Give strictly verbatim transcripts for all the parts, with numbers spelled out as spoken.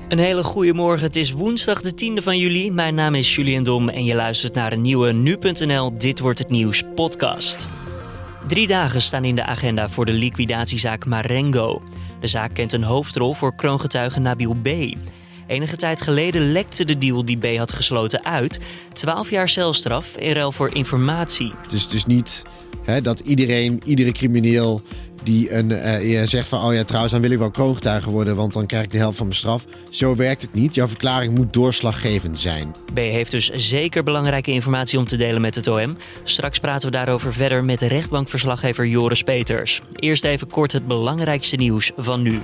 Een hele goede morgen. Het is woensdag de tiende van juli. Mijn naam is Julian Dom en je luistert naar een nieuwe nu punt n l Dit wordt het nieuws podcast. Drie dagen staan in de agenda voor de liquidatiezaak Marengo. De zaak kent een hoofdrol voor kroongetuige Nabil B. Enige tijd geleden lekte de deal die B had gesloten uit. twaalf jaar celstraf in ruil voor informatie. Dus het is niet hè, dat iedereen, iedere crimineel die een, uh, zegt van... oh ja, trouwens, dan wil ik wel kroongetuige worden, want dan krijg ik de helft van mijn straf. Zo werkt het niet. Jouw verklaring moet doorslaggevend zijn. B heeft dus zeker belangrijke informatie om te delen met het O M. Straks praten we daarover verder met de rechtbankverslaggever Joris Peters. Eerst even kort het belangrijkste nieuws van nu.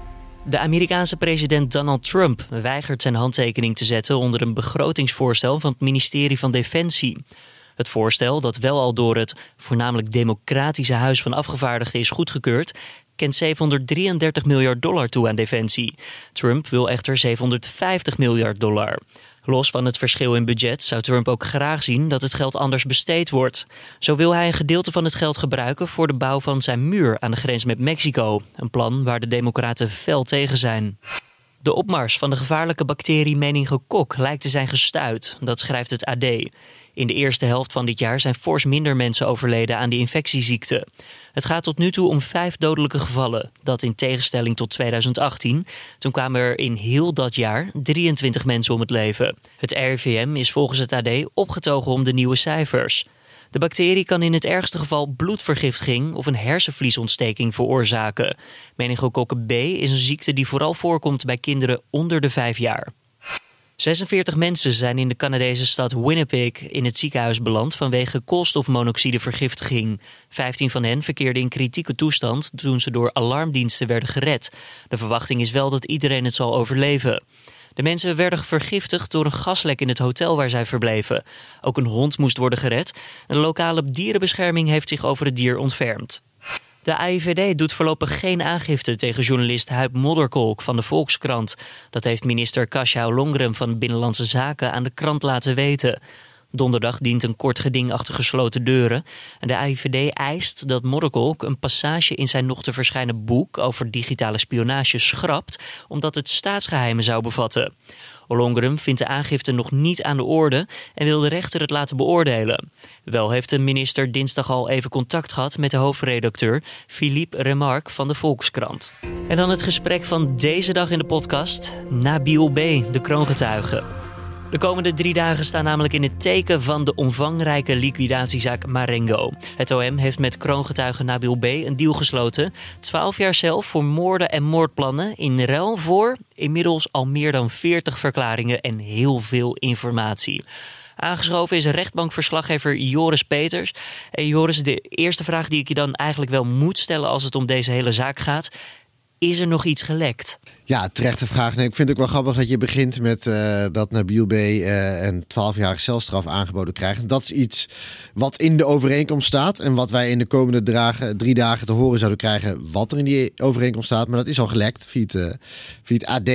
De Amerikaanse president Donald Trump weigert zijn handtekening te zetten onder een begrotingsvoorstel van het ministerie van Defensie. Het voorstel, dat wel al door het voornamelijk Democratische Huis van Afgevaardigden is goedgekeurd, kent zevenhonderddrieëndertig miljard dollar toe aan defensie. Trump wil echter zevenhonderdvijftig miljard dollar. Los van het verschil in budget zou Trump ook graag zien dat het geld anders besteed wordt. Zo wil hij een gedeelte van het geld gebruiken voor de bouw van zijn muur aan de grens met Mexico. Een plan waar de Democraten fel tegen zijn. De opmars van de gevaarlijke bacterie meningokok lijkt te zijn gestuit, dat schrijft het A D. In de eerste helft van dit jaar zijn fors minder mensen overleden aan die infectieziekte. Het gaat tot nu toe om vijf dodelijke gevallen. Dat in tegenstelling tot tweeduizend achttien. Toen kwamen er in heel dat jaar drieëntwintig mensen om het leven. Het R I V M is volgens het A D opgetogen om de nieuwe cijfers. De bacterie kan in het ergste geval bloedvergiftiging of een hersenvliesontsteking veroorzaken. Meningokokken B is een ziekte die vooral voorkomt bij kinderen onder de vijf jaar. zesenveertig mensen zijn in de Canadese stad Winnipeg in het ziekenhuis beland vanwege koolstofmonoxidevergiftiging. vijftien van hen verkeerden in kritieke toestand toen ze door alarmdiensten werden gered. De verwachting is wel dat iedereen het zal overleven. De mensen werden vergiftigd door een gaslek in het hotel waar zij verbleven. Ook een hond moest worden gered. Een lokale dierenbescherming heeft zich over het dier ontfermd. De A I V D doet voorlopig geen aangifte tegen journalist Huib Modderkolk van de Volkskrant. Dat heeft minister Kasia Ollongren van Binnenlandse Zaken aan de krant laten weten. Donderdag dient een kort geding achter gesloten deuren. En de A I V D eist dat Modderkolk een passage in zijn nog te verschijnen boek over digitale spionage schrapt, omdat het staatsgeheimen zou bevatten. Ollongren vindt de aangifte nog niet aan de orde en wil de rechter het laten beoordelen. Wel heeft de minister dinsdag al even contact gehad met de hoofdredacteur Philippe Remarque van de Volkskrant. En dan het gesprek van deze dag in de podcast. Nabil B., de kroongetuige. De komende drie dagen staan namelijk in het teken van de omvangrijke liquidatiezaak Marengo. Het O M heeft met kroongetuige Nabil B. een deal gesloten. twaalf jaar cel voor moorden en moordplannen in ruil voor inmiddels al meer dan veertig verklaringen en heel veel informatie. Aangeschoven is rechtbankverslaggever Joris Peters. En Joris, de eerste vraag die ik je dan eigenlijk wel moet stellen als het om deze hele zaak gaat: is er nog iets gelekt? Ja, terechte vraag. Nee, ik vind het ook wel grappig dat je begint met uh, dat Nabil B. Uh, een twaalfjarige celstraf aangeboden krijgt. Dat is iets wat in de overeenkomst staat en wat wij in de komende dragen, drie dagen te horen zouden krijgen wat er in die overeenkomst staat. Maar dat is al gelekt via het, uh, via het A D.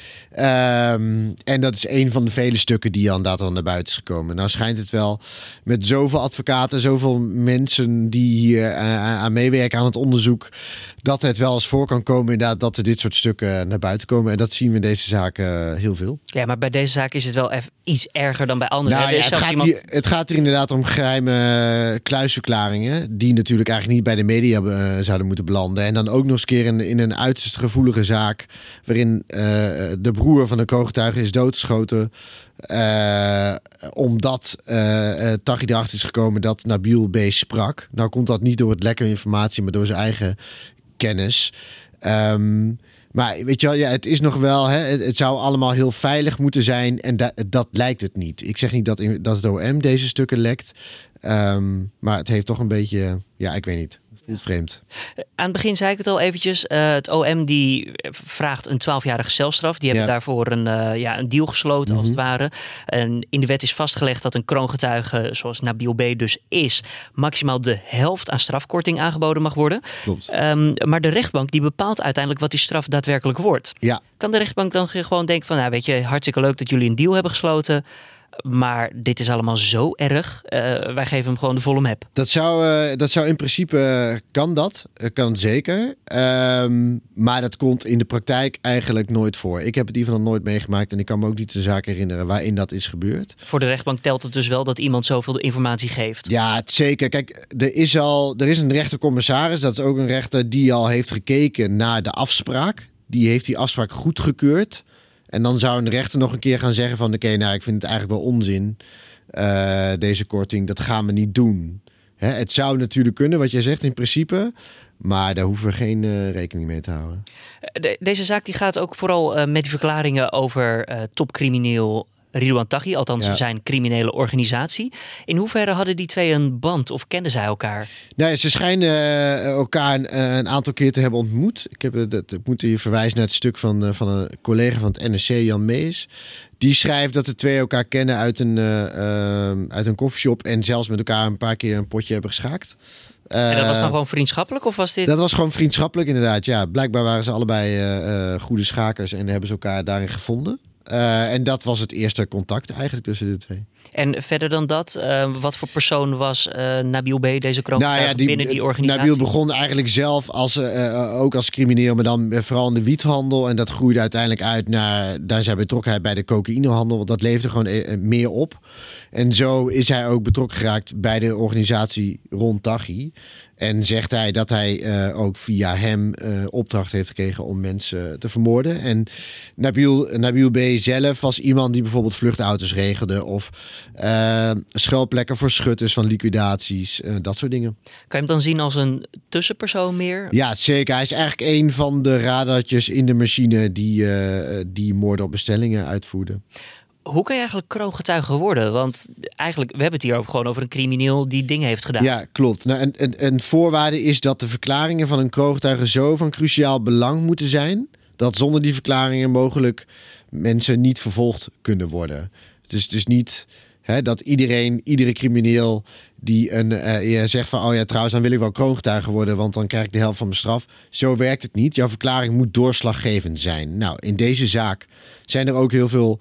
Um, en dat is een van de vele stukken die al inderdaad al naar buiten is gekomen. Nou schijnt het wel met zoveel advocaten, zoveel mensen die hier uh, aan meewerken aan het onderzoek, dat het wel eens voor kan komen inderdaad dat er dit soort stukken naar buiten komen. En dat zien we in deze zaak uh, heel veel. Ja, maar bij deze zaak is het wel even iets erger dan bij andere. Nou, ja, het, gaat iemand... hier, het gaat hier inderdaad om geheime kluisverklaringen, die natuurlijk eigenlijk niet bij de media uh, zouden moeten belanden. En dan ook nog eens keer in, in een uiterst gevoelige zaak, waarin uh, de broer van de kroongetuige is doodgeschoten. Uh, omdat uh, uh, Taghi erachter is gekomen dat Nabil B. sprak. Nou komt dat niet door het lekker informatie, maar door zijn eigen kennis. Um, maar weet je wel, ja, het is nog wel, hè, het, het zou allemaal heel veilig moeten zijn en da- dat lijkt het niet. Ik zeg niet dat, in, dat het O M deze stukken lekt, um, maar het heeft toch een beetje, ja, ik weet niet. Voelt vreemd. Aan het begin zei ik het al eventjes. Uh, het O M die vraagt een twaalfjarige celstraf. Die hebben ja. daarvoor een, uh, ja, een deal gesloten, mm-hmm. als het ware. En in de wet is vastgelegd dat een kroongetuige, zoals Nabil B. dus is, maximaal de helft aan strafkorting aangeboden mag worden. Klopt. Um, maar de rechtbank die bepaalt uiteindelijk wat die straf daadwerkelijk wordt. Ja. Kan de rechtbank dan gewoon denken van, nou weet je, hartstikke leuk dat jullie een deal hebben gesloten, Maar dit is allemaal zo erg. Uh, wij geven hem gewoon de volle map. Dat zou, uh, dat zou in principe, uh, kan dat. Uh, kan zeker. Um, maar dat komt in de praktijk eigenlijk nooit voor. Ik heb het in ieder geval nog nooit meegemaakt. En ik kan me ook niet de zaak herinneren waarin dat is gebeurd. Voor de rechtbank telt het dus wel dat iemand zoveel informatie geeft. Ja, zeker. Kijk, er is al, er is een rechtercommissaris. Dat is ook een rechter die al heeft gekeken naar de afspraak. Die heeft die afspraak goedgekeurd. En dan zou een rechter nog een keer gaan zeggen van... oké, okay, nou, ik vind het eigenlijk wel onzin, uh, deze korting. Dat gaan we niet doen. Hè, het zou natuurlijk kunnen, wat jij zegt, in principe. Maar daar hoeven we geen uh, rekening mee te houden. De, deze zaak die gaat ook vooral uh, met die verklaringen over uh, topcrimineel Ridouan Taghi, althans ja. zijn criminele organisatie. In hoeverre hadden die twee een band of kenden zij elkaar? Nou, ze schijnen uh, elkaar een, uh, een aantal keer te hebben ontmoet. Ik, heb, uh, dat, ik moet hier verwijzen naar het stuk van, uh, van een collega van het N R C, Jan Mees. Die schrijft dat de twee elkaar kennen uit een, uh, uh, uit een koffieshop en zelfs met elkaar een paar keer een potje hebben geschaakt. Uh, en dat was dan gewoon vriendschappelijk of was dit? Dat was gewoon vriendschappelijk inderdaad, ja. Blijkbaar waren ze allebei uh, uh, goede schakers en hebben ze elkaar daarin gevonden. Uh, en dat was het eerste contact eigenlijk tussen de twee. En verder dan dat, uh, wat voor persoon was uh, Nabil B., deze kroongetuige, nou ja, die, binnen die organisatie? Nabil begon eigenlijk zelf als, uh, ook als crimineel, maar dan vooral in de wiethandel. En dat groeide uiteindelijk uit naar, naar zijn betrokkenheid bij de cocaïnehandel. Want dat leefde gewoon uh, meer op. En zo is hij ook betrokken geraakt bij de organisatie rond Taghi. En zegt hij dat hij uh, ook via hem uh, opdracht heeft gekregen om mensen te vermoorden. En Nabil, Nabil B. zelf was iemand die bijvoorbeeld vluchtauto's regelde of uh, schuilplekken voor schutters van liquidaties, uh, dat soort dingen. Kan je hem dan zien als een tussenpersoon meer? Ja, zeker. Hij is eigenlijk een van de radartjes in de machine die, uh, die moorden op bestellingen uitvoerde. Hoe kan je eigenlijk kroongetuige worden? Want eigenlijk, we hebben het hier ook gewoon over een crimineel die dingen heeft gedaan. Ja, klopt. Nou, en, en, en voorwaarde is dat de verklaringen van een kroongetuige zo van cruciaal belang moeten zijn, dat zonder die verklaringen mogelijk mensen niet vervolgd kunnen worden. Dus het is niet hè, dat iedereen, iedere crimineel die een, uh, zegt van, oh ja, trouwens, dan wil ik wel kroongetuige worden, want dan krijg ik de helft van mijn straf. Zo werkt het niet. Jouw verklaring moet doorslaggevend zijn. Nou, in deze zaak zijn er ook heel veel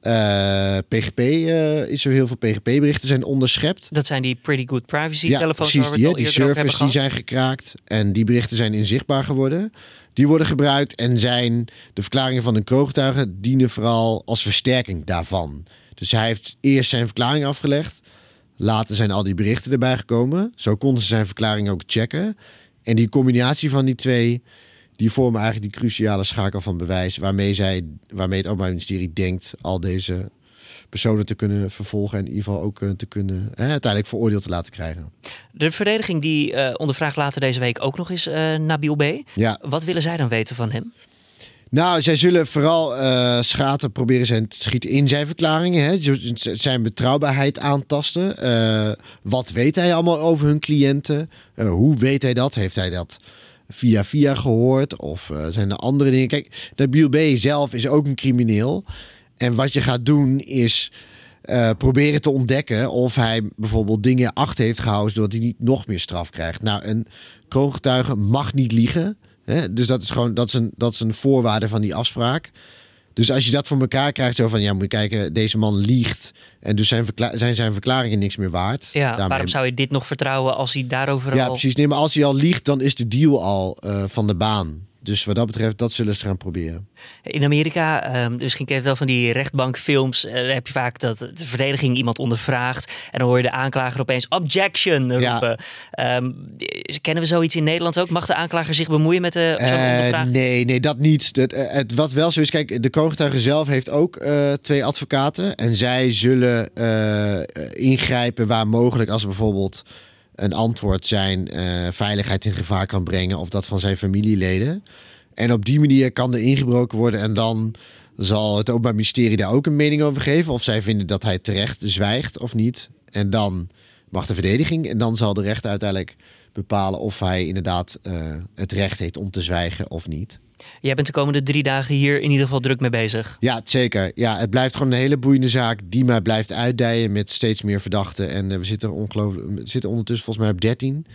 Uh, P G P, uh, is er heel veel P G P-berichten zijn onderschept. Dat zijn die pretty good privacy-telefoons. Ja, precies, die, die servers die zijn gekraakt en die berichten zijn inzichtbaar geworden. Die worden gebruikt en zijn de verklaringen van een kroongetuige dienen vooral als versterking daarvan. Dus hij heeft eerst zijn verklaring afgelegd. Later zijn al die berichten erbij gekomen. Zo konden ze zijn verklaring ook checken. En die combinatie van die twee, die vormen eigenlijk die cruciale schakel van bewijs waarmee, zij, waarmee het Openbaar Ministerie denkt al deze personen te kunnen vervolgen en in ieder geval ook uh, te kunnen eh, uiteindelijk veroordeeld te laten krijgen. De verdediging die uh, ondervraagt later deze week ook nog eens uh, Nabil B. Ja. Wat willen zij dan weten van hem? Nou, zij zullen vooral uh, schaten proberen zijn te schieten in zijn verklaringen. Hè? Zijn betrouwbaarheid aantasten. Uh, wat weet hij allemaal over hun cliënten? Uh, hoe weet hij dat? Heeft hij dat via via gehoord? Of uh, zijn er andere dingen? Kijk, Nabil B. zelf is ook een crimineel. En wat je gaat doen is uh, proberen te ontdekken of hij bijvoorbeeld dingen achter heeft gehouden zodat hij niet nog meer straf krijgt. Nou, een kroongetuige mag niet liegen. Hè? Dus dat is gewoon dat is een, dat is een voorwaarde van die afspraak. Dus als je dat voor elkaar krijgt, zo van ja, moet je kijken, deze man liegt en dus zijn, verkla- zijn zijn verklaringen niks meer waard. Ja, Daarmee... waarom zou je dit nog vertrouwen als hij daarover ja, al... precies. Nee, maar als hij al liegt, dan is de deal al uh, van de baan. Dus wat dat betreft, dat zullen ze gaan proberen. In Amerika, um, misschien ken je wel van die rechtbankfilms, uh, heb je vaak dat de verdediging iemand ondervraagt en dan hoor je de aanklager opeens objection roepen. Ja. Um, kennen we zoiets in Nederland ook? Mag de aanklager zich bemoeien met de zo'n uh, ondervraag? Nee, nee, dat niet. Het, het, wat wel zo is, kijk, de kroongetuige zelf heeft ook uh, twee advocaten en zij zullen uh, ingrijpen waar mogelijk als er bijvoorbeeld een antwoord zijn uh, veiligheid in gevaar kan brengen of dat van zijn familieleden. En op die manier kan er ingebroken worden en dan zal het Openbaar Ministerie daar ook een mening over geven of zij vinden dat hij terecht zwijgt of niet. En dan mag de verdediging en dan zal de rechter uiteindelijk bepalen of hij inderdaad uh, het recht heeft om te zwijgen of niet. Jij bent de komende drie dagen hier in ieder geval druk mee bezig. Ja, zeker. Ja, het blijft gewoon een hele boeiende zaak die maar blijft uitdijen met steeds meer verdachten. En uh, we zitten, ongelooflijk, we zitten ondertussen volgens mij op dertien.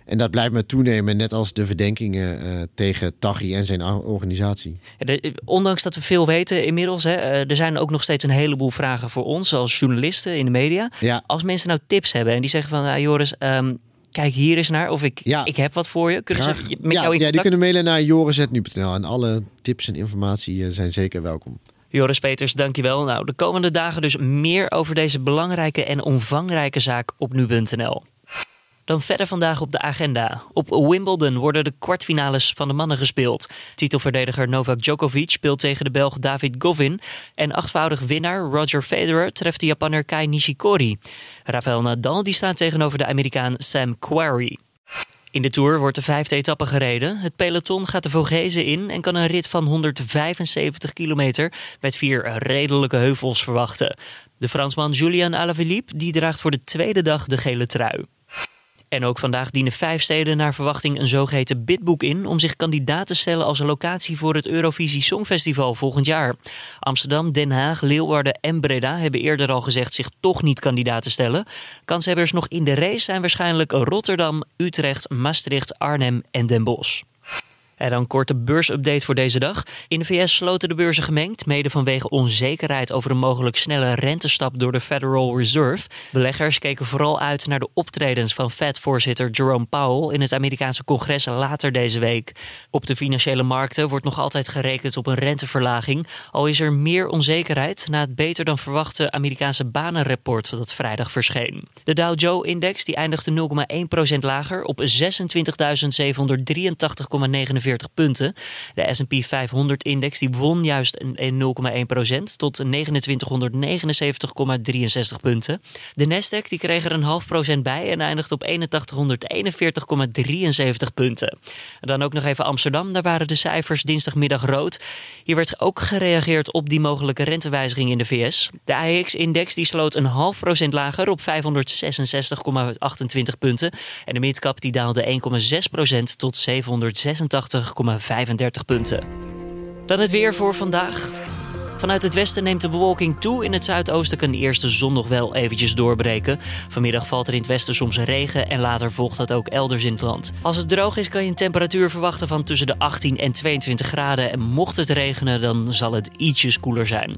En dat blijft maar toenemen, net als de verdenkingen uh, tegen Taghi en zijn organisatie. De, ondanks dat we veel weten inmiddels, hè, er zijn ook nog steeds een heleboel vragen voor ons als journalisten in de media. Ja. Als mensen nou tips hebben en die zeggen van, ah, Joris, um, kijk hier eens naar of ik, ja. ik heb wat voor je. Kunnen Graag. ze met ja, jou in contact? Ja, die kunnen mailen naar joris punt nu punt n l en alle tips en informatie uh, zijn zeker welkom. Joris Peeters, dankjewel. Nou, de komende dagen dus meer over deze belangrijke en omvangrijke zaak op nu punt n l. Dan verder vandaag op de agenda. Op Wimbledon worden de kwartfinales van de mannen gespeeld. Titelverdediger Novak Djokovic speelt tegen de Belg David Goffin. En achtvoudig winnaar Roger Federer treft de Japanner Kei Nishikori. Rafael Nadal die staat tegenover de Amerikaan Sam Querrey. In de Tour wordt de vijfde etappe gereden. Het peloton gaat de Vogezen in en kan een rit van honderdvijfenzeventig kilometer met vier redelijke heuvels verwachten. De Fransman Julian Alaphilippe die draagt voor de tweede dag de gele trui. En ook vandaag dienen vijf steden naar verwachting een zogeheten bidboek in om zich kandidaat te stellen als locatie voor het Eurovisie Songfestival volgend jaar. Amsterdam, Den Haag, Leeuwarden en Breda hebben eerder al gezegd zich toch niet kandidaat te stellen. Kanshebbers nog in de race zijn waarschijnlijk Rotterdam, Utrecht, Maastricht, Arnhem en Den Bosch. En dan kort de beursupdate voor deze dag. In de V S sloten de beurzen gemengd, mede vanwege onzekerheid over een mogelijk snelle rentestap door de Federal Reserve. Beleggers keken vooral uit naar de optredens van Fed-voorzitter Jerome Powell in het Amerikaanse congres later deze week. Op de financiële markten wordt nog altijd gerekend op een renteverlaging, al is er meer onzekerheid na het beter dan verwachte Amerikaanse banenrapport dat vrijdag verscheen. De Dow Jones-index die eindigde nul komma één procent lager op zesentwintigduizend zevenhonderddrieëntachtig komma negenenveertig punten. De S en P vijfhonderd-index die won juist een nul komma één procent tot negenentwintighonderdnegenenzeventig komma drieënzestig punten. De Nasdaq die kreeg er een half procent bij en eindigde op eenentachtighonderdeenenveertig komma drieënzeventig punten. En dan ook nog even Amsterdam, daar waren de cijfers dinsdagmiddag rood. Hier werd ook gereageerd op die mogelijke rentewijziging in de V S. De A E X-index die sloot een half procent lager op vijfhonderdzesenzestig komma achtentwintig punten. En de midcap die daalde één komma zes procent tot zevenhonderdzesentachtig komma vijfendertig punten. Dan het weer voor vandaag. Vanuit het westen neemt de bewolking toe. In het zuidoosten kan de eerste zon nog wel eventjes doorbreken. Vanmiddag valt er in het westen soms regen en later volgt dat ook elders in het land. Als het droog is kan je een temperatuur verwachten van tussen de achttien en tweeëntwintig graden. En mocht het regenen dan zal het ietsjes koeler zijn.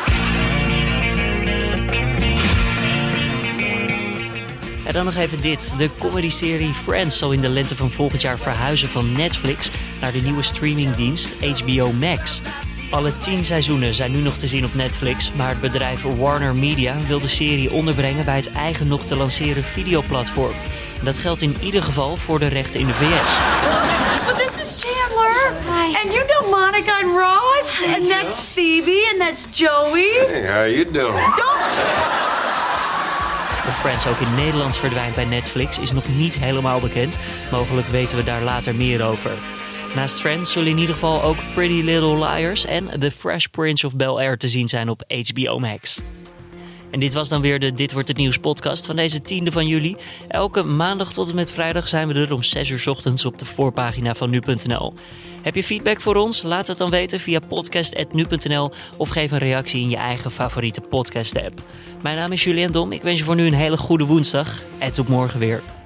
En dan nog even dit. De comedyserie Friends zal in de lente van volgend jaar verhuizen van Netflix naar de nieuwe streamingdienst H B O Max. Alle tien seizoenen zijn nu nog te zien op Netflix, maar het bedrijf Warner Media wil de serie onderbrengen bij het eigen nog te lanceren videoplatform. En dat geldt in ieder geval voor de rechten in de V S. Well, this is Chandler. Hi. And you know Monica and Ross. Hi. And that's Phoebe and that's Joey. Hey, how you doing? Don't! Of Friends ook in Nederland verdwijnt bij Netflix is nog niet helemaal bekend. Mogelijk weten we daar later meer over. Naast Friends zullen in ieder geval ook Pretty Little Liars en The Fresh Prince of Bel-Air te zien zijn op H B O Max. En dit was dan weer de Dit Wordt Het Nieuws podcast van deze tiende van juli. Elke maandag tot en met vrijdag zijn we er om zes uur 's ochtends op de voorpagina van nu punt n l. Heb je feedback voor ons? Laat het dan weten via podcast punt nu punt n l of geef een reactie in je eigen favoriete podcast app. Mijn naam is Julien Dom. Ik wens je voor nu een hele goede woensdag en tot morgen weer.